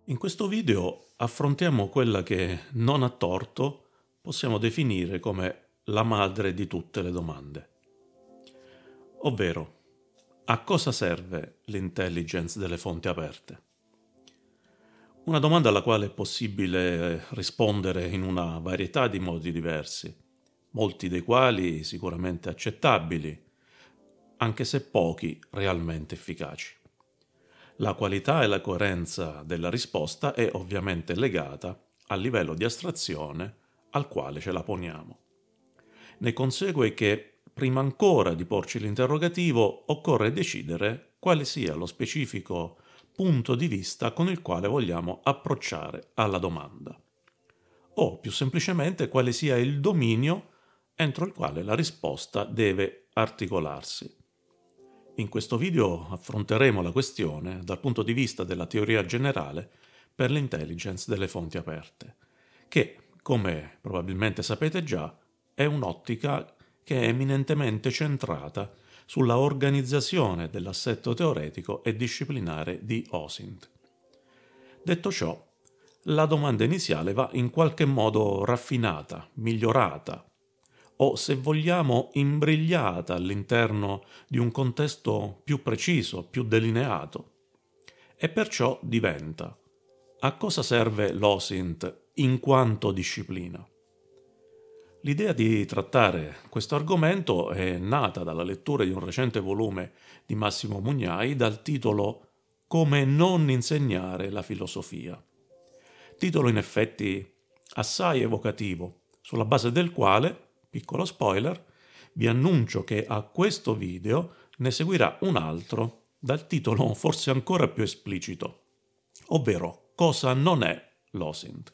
In questo video affrontiamo quella che, non a torto, possiamo definire come la madre di tutte le domande. Ovvero, a cosa serve l'intelligence delle fonti aperte? Una domanda alla quale è possibile rispondere in una varietà di modi diversi, molti dei quali sicuramente accettabili, anche se pochi realmente efficaci. La qualità e la coerenza della risposta è ovviamente legata al livello di astrazione al quale ce la poniamo. Ne consegue che, prima ancora di porci l'interrogativo, occorre decidere quale sia lo specifico punto di vista con il quale vogliamo approcciare alla domanda, o più semplicemente quale sia il dominio entro il quale la risposta deve articolarsi. In questo video affronteremo la questione dal punto di vista della teoria generale per l'intelligence delle fonti aperte, che, come probabilmente sapete già, è un'ottica che è eminentemente centrata sulla organizzazione dell'assetto teoretico e disciplinare di OSINT. Detto ciò, la domanda iniziale va in qualche modo raffinata, migliorata, o se vogliamo imbrigliata all'interno di un contesto più preciso, più delineato. E perciò diventa: a cosa serve l'OSINT in quanto disciplina? L'idea di trattare questo argomento è nata dalla lettura di un recente volume di Massimo Mugnai dal titolo Come non insegnare la filosofia. Titolo in effetti assai evocativo, sulla base del quale, piccolo spoiler, vi annuncio che a questo video ne seguirà un altro dal titolo forse ancora più esplicito, ovvero Cosa non è l'OSINT.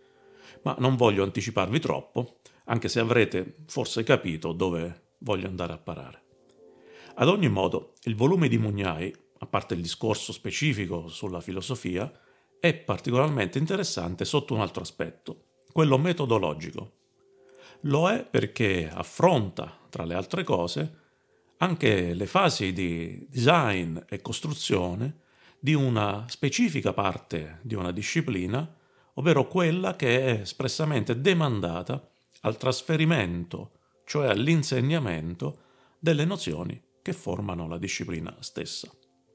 Ma non voglio anticiparvi troppo, anche se avrete forse capito dove voglio andare a parare. Ad ogni modo, il volume di Mugnai, a parte il discorso specifico sulla filosofia, è particolarmente interessante sotto un altro aspetto, quello metodologico. Lo è perché affronta, tra le altre cose, anche le fasi di design e costruzione di una specifica parte di una disciplina, ovvero quella che è espressamente demandata al trasferimento, cioè all'insegnamento, delle nozioni che formano la disciplina stessa.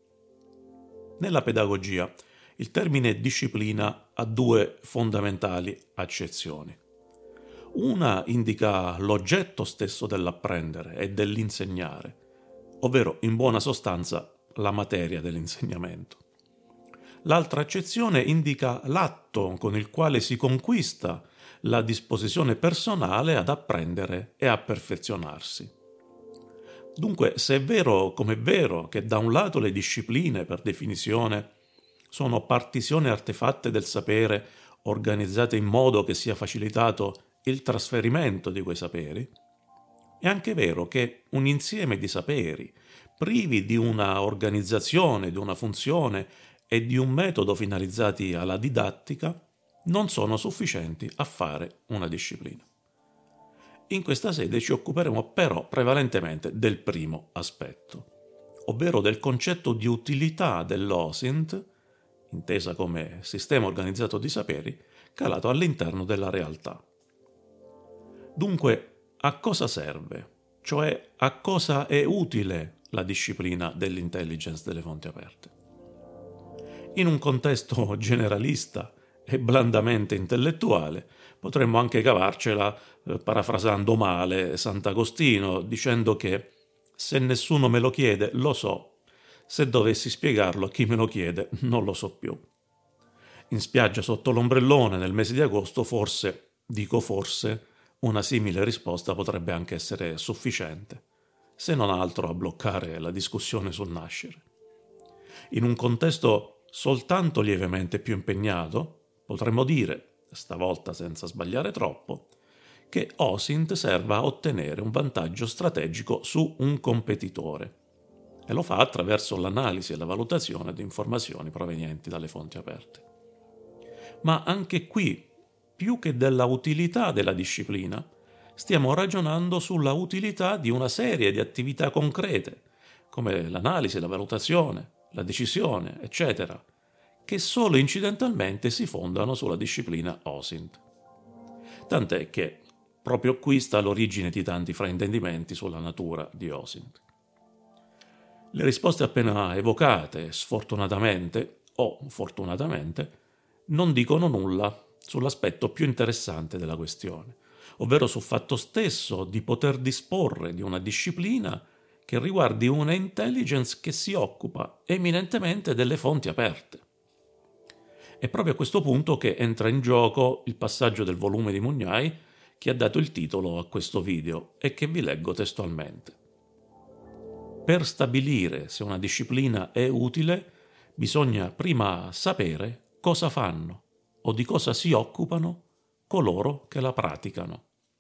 Nella pedagogia, il termine disciplina ha due fondamentali accezioni. Una indica l'oggetto stesso dell'apprendere e dell'insegnare, ovvero in buona sostanza la materia dell'insegnamento. L'altra accezione indica l'atto con il quale si conquista la disposizione personale ad apprendere e a perfezionarsi. Dunque, se è vero come è vero che da un lato le discipline, per definizione, sono partitioni artefatte del sapere organizzate in modo che sia facilitato il trasferimento di quei saperi, è anche vero che un insieme di saperi, privi di una organizzazione, di una funzione e di un metodo finalizzati alla didattica, non sono sufficienti a fare una disciplina. In questa sede ci occuperemo però prevalentemente del primo aspetto, ovvero del concetto di utilità dell'OSINT, intesa come sistema organizzato di saperi, calato all'interno della realtà. Dunque, a cosa serve? Cioè, a cosa è utile la disciplina dell'intelligence delle fonti aperte? In un contesto generalista e blandamente intellettuale, potremmo anche cavarcela parafrasando male Sant'Agostino, dicendo che se nessuno me lo chiede, lo so, se dovessi spiegarlo a chi me lo chiede, non lo so più. In spiaggia sotto l'ombrellone nel mese di agosto, forse, dico forse, una simile risposta potrebbe anche essere sufficiente, se non altro a bloccare la discussione sul nascere. In un contesto soltanto lievemente più impegnato, potremmo dire, stavolta senza sbagliare troppo, che OSINT serva a ottenere un vantaggio strategico su un competitore, e lo fa attraverso l'analisi e la valutazione di informazioni provenienti dalle fonti aperte. Ma anche qui, più che della utilità della disciplina, stiamo ragionando sulla utilità di una serie di attività concrete, come l'analisi, la valutazione, la decisione, eccetera, che solo incidentalmente si fondano sulla disciplina OSINT. Tant'è che proprio qui sta l'origine di tanti fraintendimenti sulla natura di OSINT. Le risposte appena evocate, sfortunatamente o fortunatamente, non dicono nulla sull'aspetto più interessante della questione, ovvero sul fatto stesso di poter disporre di una disciplina che riguardi una intelligence che si occupa eminentemente delle fonti aperte. È proprio a questo punto che entra in gioco il passaggio del volume di Mugnai che ha dato il titolo a questo video e che vi leggo testualmente. Per stabilire se una disciplina è utile, bisogna prima sapere cosa fanno o di cosa si occupano coloro che la praticano.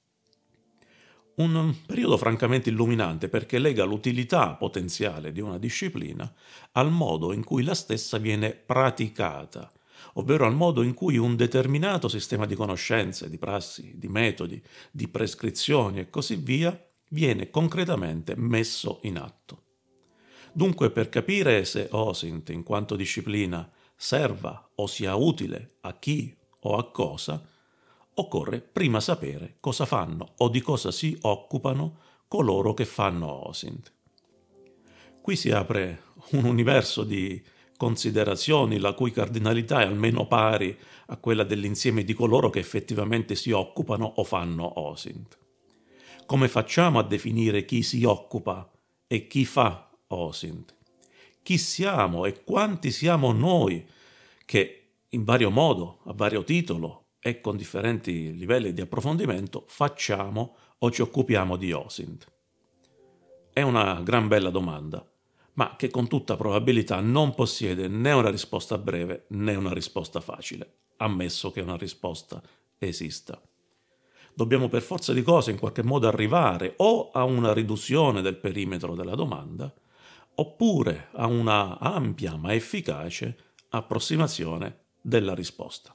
Un periodo francamente illuminante perché lega l'utilità potenziale di una disciplina al modo in cui la stessa viene praticata, ovvero al modo in cui un determinato sistema di conoscenze, di prassi, di metodi, di prescrizioni e così via viene concretamente messo in atto. Dunque, per capire se OSINT in quanto disciplina serva o sia utile a chi o a cosa, occorre prima sapere cosa fanno o di cosa si occupano coloro che fanno OSINT. Qui si apre un universo di considerazioni la cui cardinalità è almeno pari a quella dell'insieme di coloro che effettivamente si occupano o fanno OSINT. Come facciamo a definire chi si occupa e chi fa OSINT? Chi siamo e quanti siamo noi che in vario modo, a vario titolo e con differenti livelli di approfondimento facciamo o ci occupiamo di OSINT? È una gran bella domanda, ma che con tutta probabilità non possiede né una risposta breve né una risposta facile, ammesso che una risposta esista. Dobbiamo per forza di cose in qualche modo arrivare o a una riduzione del perimetro della domanda, oppure a una ampia ma efficace approssimazione della risposta.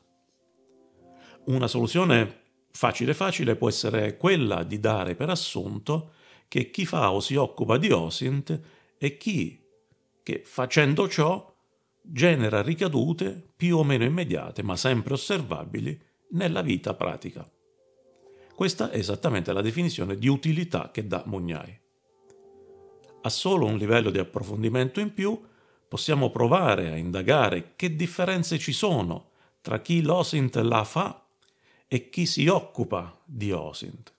Una soluzione facile può essere quella di dare per assunto che chi fa o si occupa di OSINT è chi che facendo ciò genera ricadute più o meno immediate ma sempre osservabili nella vita pratica. Questa è esattamente la definizione di utilità che dà Mugnai. A solo un livello di approfondimento in più possiamo provare a indagare che differenze ci sono tra chi l'OSINT la fa e chi si occupa di OSINT.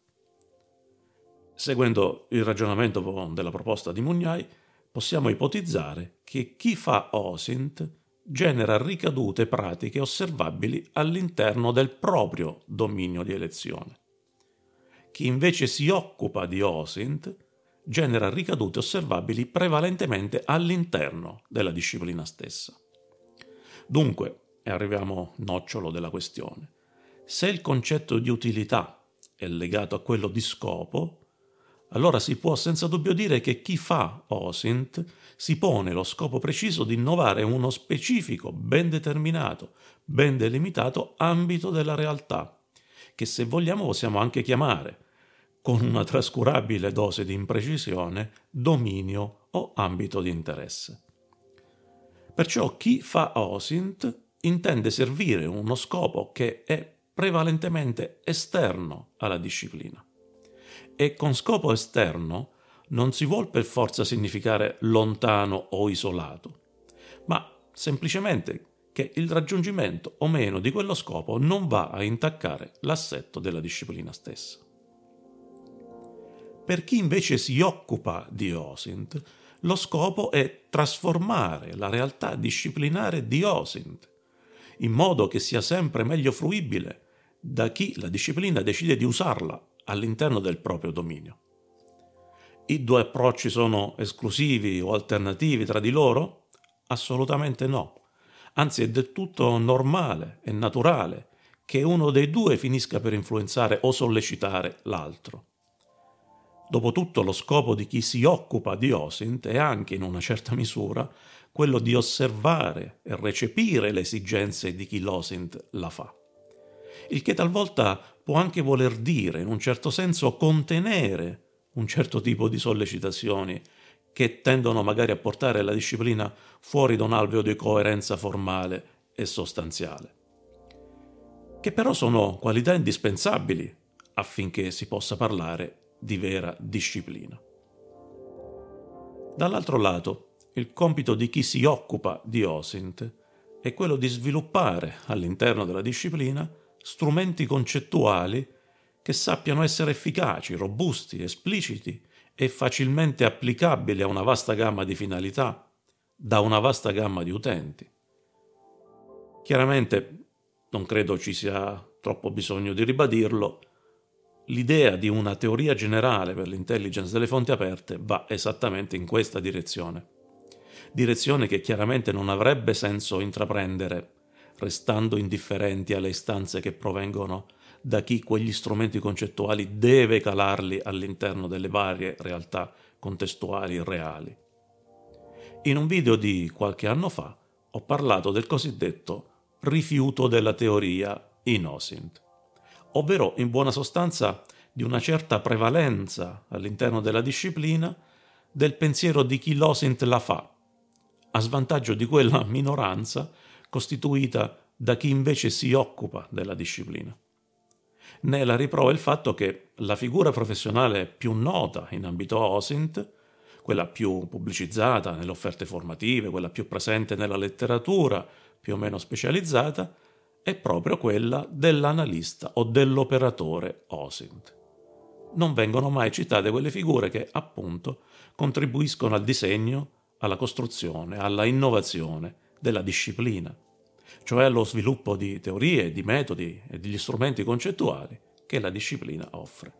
Seguendo il ragionamento della proposta di Mugnai, possiamo ipotizzare che chi fa OSINT genera ricadute pratiche osservabili all'interno del proprio dominio di elezione. Chi invece si occupa di OSINT genera ricadute osservabili prevalentemente all'interno della disciplina stessa. Dunque, e arriviamo al nocciolo della questione, se il concetto di utilità è legato a quello di scopo, allora si può senza dubbio dire che chi fa OSINT si pone lo scopo preciso di innovare uno specifico, ben determinato, ben delimitato ambito della realtà, che se vogliamo possiamo anche chiamare, con una trascurabile dose di imprecisione, dominio o ambito di interesse. Perciò chi fa OSINT intende servire uno scopo che è prevalentemente esterno alla disciplina. E con scopo esterno non si vuol per forza significare lontano o isolato, ma semplicemente che il raggiungimento o meno di quello scopo non va a intaccare l'assetto della disciplina stessa. Per chi invece si occupa di OSINT, lo scopo è trasformare la realtà disciplinare di OSINT in modo che sia sempre meglio fruibile da chi la disciplina decide di usarla all'interno del proprio dominio. I due approcci sono esclusivi o alternativi tra di loro? Assolutamente no. Anzi, è del tutto normale e naturale che uno dei due finisca per influenzare o sollecitare l'altro. Dopotutto, lo scopo di chi si occupa di OSINT è anche, in una certa misura, quello di osservare e recepire le esigenze di chi l'OSINT la fa. Il che talvolta può anche voler dire, in un certo senso, contenere un certo tipo di sollecitazioni che tendono magari a portare la disciplina fuori da un alveo di coerenza formale e sostanziale, che però sono qualità indispensabili affinché si possa parlare di vera disciplina. Dall'altro lato, il compito di chi si occupa di OSINT è quello di sviluppare all'interno della disciplina strumenti concettuali che sappiano essere efficaci, robusti, espliciti e facilmente applicabili a una vasta gamma di finalità, da una vasta gamma di utenti. Chiaramente, non credo ci sia troppo bisogno di ribadirlo, l'idea di una teoria generale per l'intelligence delle fonti aperte va esattamente in questa direzione che chiaramente non avrebbe senso intraprendere restando indifferenti alle istanze che provengono da chi quegli strumenti concettuali deve calarli all'interno delle varie realtà contestuali reali. In un video di qualche anno fa ho parlato del cosiddetto rifiuto della teoria in OSINT, ovvero in buona sostanza di una certa prevalenza all'interno della disciplina del pensiero di chi l'OSINT la fa, a svantaggio di quella minoranza costituita da chi invece si occupa della disciplina. Ne la riprova il fatto che la figura professionale più nota in ambito OSINT, quella più pubblicizzata nelle offerte formative, quella più presente nella letteratura più o meno specializzata, è proprio quella dell'analista o dell'operatore OSINT. Non vengono mai citate quelle figure che, appunto, contribuiscono al disegno, alla costruzione, alla innovazione della disciplina, cioè allo sviluppo di teorie, di metodi e degli strumenti concettuali che la disciplina offre.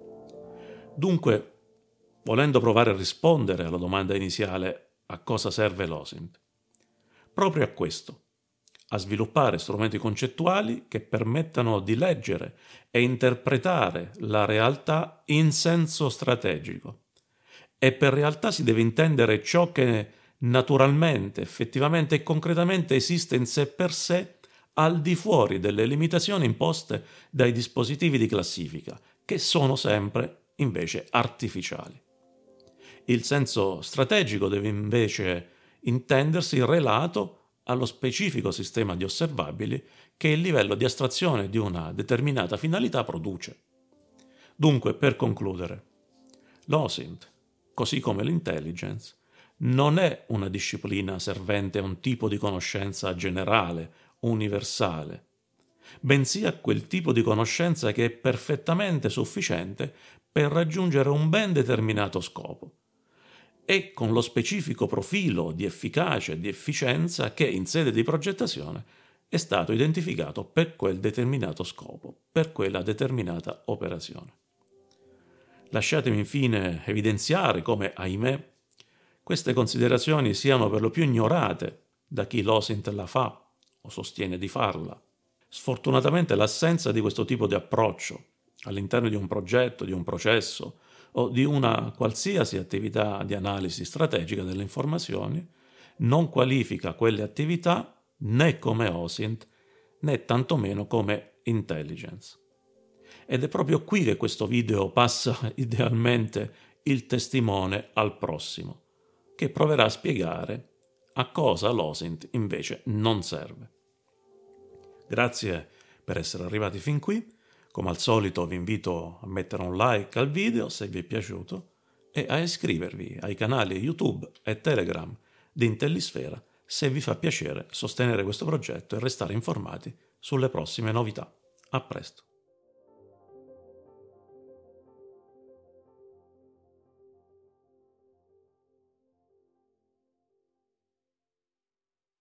Dunque, volendo provare a rispondere alla domanda iniziale a cosa serve l'OSINT, proprio a questo, a sviluppare strumenti concettuali che permettano di leggere e interpretare la realtà in senso strategico. E per realtà si deve intendere ciò che naturalmente, effettivamente e concretamente esiste in sé per sé al di fuori delle limitazioni imposte dai dispositivi di classifica, che sono sempre invece artificiali. Il senso strategico deve invece intendersi relato allo specifico sistema di osservabili che il livello di astrazione di una determinata finalità produce. Dunque, per concludere, l'OSINT, così come l'intelligence, non è una disciplina servente a un tipo di conoscenza generale, universale, bensì a quel tipo di conoscenza che è perfettamente sufficiente per raggiungere un ben determinato scopo e con lo specifico profilo di efficacia e di efficienza che in sede di progettazione è stato identificato per quel determinato scopo, per quella determinata operazione. Lasciatemi infine evidenziare come, ahimè, queste considerazioni siano per lo più ignorate da chi l'OSINT la fa o sostiene di farla. Sfortunatamente l'assenza di questo tipo di approccio all'interno di un progetto, di un processo o di una qualsiasi attività di analisi strategica delle informazioni non qualifica quelle attività né come OSINT né tantomeno come intelligence. Ed è proprio qui che questo video passa idealmente il testimone al prossimo, che proverà a spiegare a cosa l'OSINT invece non serve. Grazie per essere arrivati fin qui. Come al solito vi invito a mettere un like al video se vi è piaciuto e a iscrivervi ai canali YouTube e Telegram di Intellisfera se vi fa piacere sostenere questo progetto e restare informati sulle prossime novità. A presto.